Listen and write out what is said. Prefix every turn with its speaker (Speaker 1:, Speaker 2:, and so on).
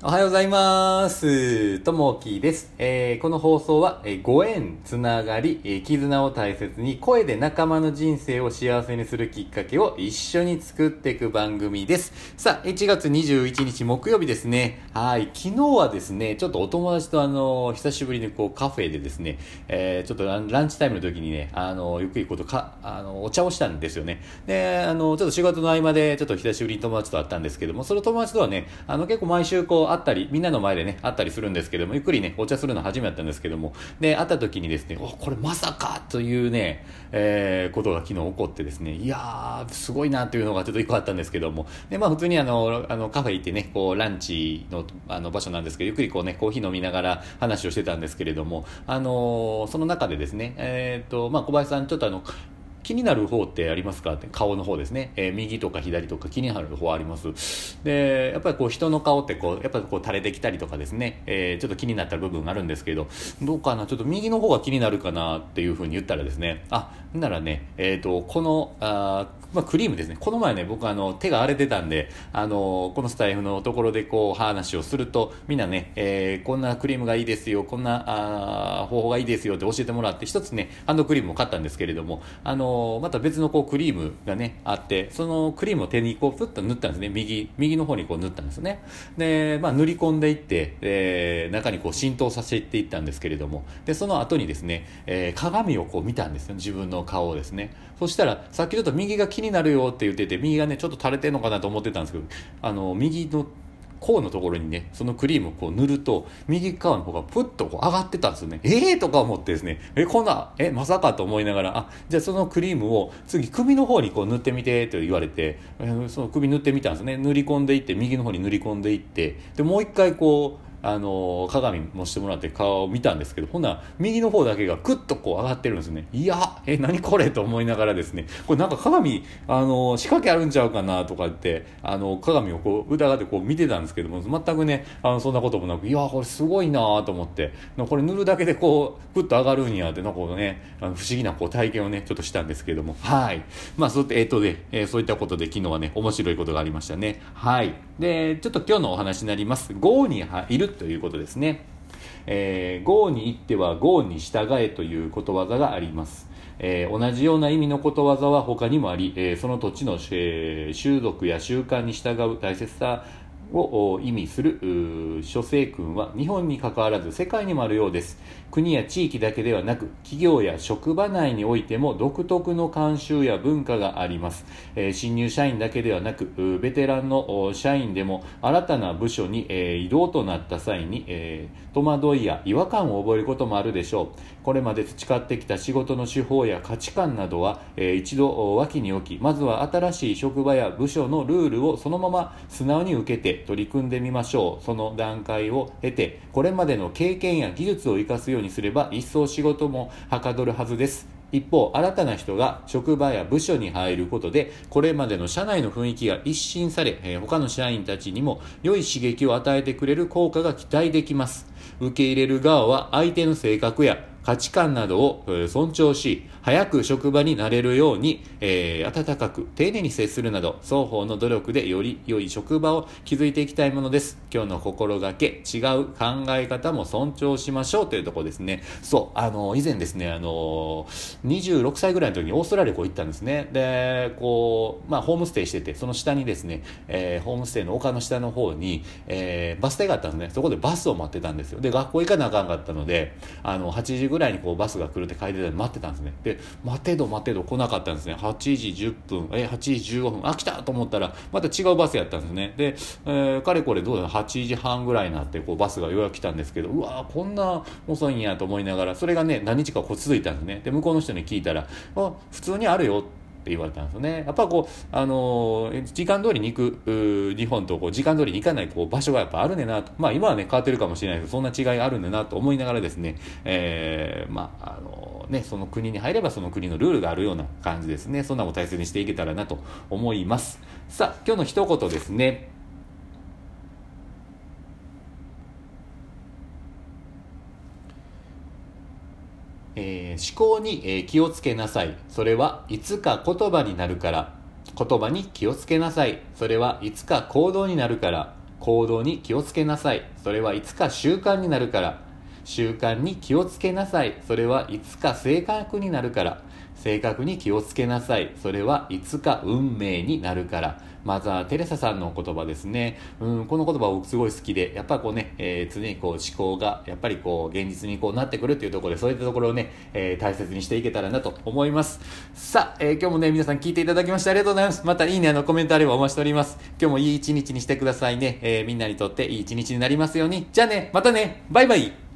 Speaker 1: おはようございます。ともきです。この放送は、ご縁、つながり、絆を大切に声で仲間の人生を幸せにするきっかけを一緒に作っていく番組です。さあ、1月21日木曜日ですね。はい。昨日はですね、ちょっとお友達と久しぶりにカフェでですね、ちょっとランチタイムの時にね、ゆっくりお茶をしたんですよね。で、ちょっと仕事の合間でちょっと久しぶりに友達と会ったんですけども、その友達とはね、結構毎週会ったり、みんなの前でね、会ったりするんですけども、ゆっくりね、お茶するの初めてだったんですけども、で、会った時にですね、これまさかというね、ことが昨日起こってですね、いやー、すごいなというのがちょっと一個あったんですけども、で、普通にカフェ行ってね、ランチの場所なんですけど、ゆっくりコーヒー飲みながら話をしてたんですけれども、その中でですね、小林さん、ちょっと気になる方ってありますかって、顔の方ですね、右とか左とか気になる方あります。で、やっぱり人の顔ってやっぱり垂れてきたりとかですね、ちょっと気になった部分があるんですけど、どうかな、ちょっと右の方が気になるかなっていうふうに言ったらですね、ならね、このクリームですね。この前ね、僕手が荒れてたんで、このスタイフのところで話をすると、みんなね、こんなクリームがいいですよ、こんな方法がいいですよって教えてもらって、一つね、ハンドクリームを買ったんですけれども、また別のクリームがね、あって、そのクリームを手にプッと塗ったんですね。右の方に塗ったんですね。で、塗り込んでいって、中に浸透させていったんですけれども、で、その後にですね、鏡を見たんですよ。自分の顔をですね。そしたら、さっきちょっと右が気になるよって言ってて、右がね、ちょっと垂れてんのかなと思ってたんですけど、右の甲のところにね、そのクリームを塗ると、右側の方がプッと上がってたんですよね。とか思ってですね、まさかと思いながら、じゃあそのクリームを次首の方に塗ってみてと言われて、その首塗ってみたんですね。塗り込んでいって、右の方に塗り込んでいって、で、もう一回鏡もしてもらって顔を見たんですけど、ほんなら右の方だけがクッと上がってるんですね。いや、何これと思いながらですね、これなんか鏡、仕掛けあるんちゃうかなとかって、鏡を疑って見てたんですけども、全くね、そんなこともなく、いや、これすごいなと思って、これ塗るだけでクッと上がるんやって、なんかね、不思議な体験をね、ちょっとしたんですけども、はい。そういったことで昨日はね、面白いことがありましたね。はい。で、ちょっと今日のお話になります。豪にいるということですね。豪に行っては豪に従えということわざがあります。同じような意味のことわざは他にもあり、その土地の、習俗や習慣に従う大切さを意味する諸聖訓は日本に関わらず世界にもあるようです。国や地域だけではなく企業や職場内においても独特の慣習や文化があります。新入社員だけではなくベテランの社員でも新たな部署に異動となった際に戸惑いや違和感を覚えることもあるでしょう。これまで培ってきた仕事の手法や価値観などは一度脇に置き、まずは新しい職場や部署のルールをそのまま素直に受けて取り組んでみましょう。その段階を経てこれまでの経験や技術を生かすようにすれば一層仕事もはかどるはずです。一方、新たな人が職場や部署に入ることでこれまでの社内の雰囲気が一新され、他の社員たちにも良い刺激を与えてくれる効果が期待できます。受け入れる側は相手の性格や価値観などを尊重し、早く職場になれるように、温かく丁寧に接するなど、双方の努力でより良い職場を築いていきたいものです。今日の心がけ、違う考え方も尊重しましょうというところですね。そう、以前ですね、26歳ぐらいの時にオーストラリア行ったんですね。で、ホームステイしてて、その下にですね、ホームステイの丘の下の方に、バス停があったんですね。そこでバスを待ってたんですよ。で、学校行かなあかんかったので、8時ぐらいにバスが来るって書いてたので待ってたんですね。で、待てど来なかったんですね。8時10分、8時15分、来たと思ったら、また違うバスやったんですね。で、かれこれどうだろう、8時半ぐらいになって、バスがようやく来たんですけど、うわー、こんな遅いんやと思いながら、それがね、何日か続いたんですね。で、向こうの人に聞いたら、普通にあるよって言われたんですよね。やっぱ時間通りに行く日本と時間通りに行かない場所がやっぱあるねんなと。今はね、変わってるかもしれないけど、そんな違いがあるんだなと思いながらですね、その国に入ればその国のルールがあるような感じですね。そんなのを大切にしていけたらなと思います。さあ、今日の一言ですね。思考に気をつけなさい。それはいつか言葉になるから。言葉に気をつけなさい。それはいつか行動になるから。 行動に気をつけなさい。それはいつか習慣になるから。習慣に気をつけなさい。それはいつか性格になるから。性格に気をつけなさい。それはいつか運命になるから。マザー・テレサさんの言葉ですね。この言葉僕すごい好きで、やっぱこうね、常にこう思考がやっぱりこう現実にこうなってくるっていうところで、そういったところをね、大切にしていけたらなと思います。さあ、今日もね皆さん聞いていただきましてありがとうございます。またいいねコメントあればお待ちしております。今日もいい一日にしてくださいね。みんなにとっていい一日になりますように。じゃあね、またね、バイバイ。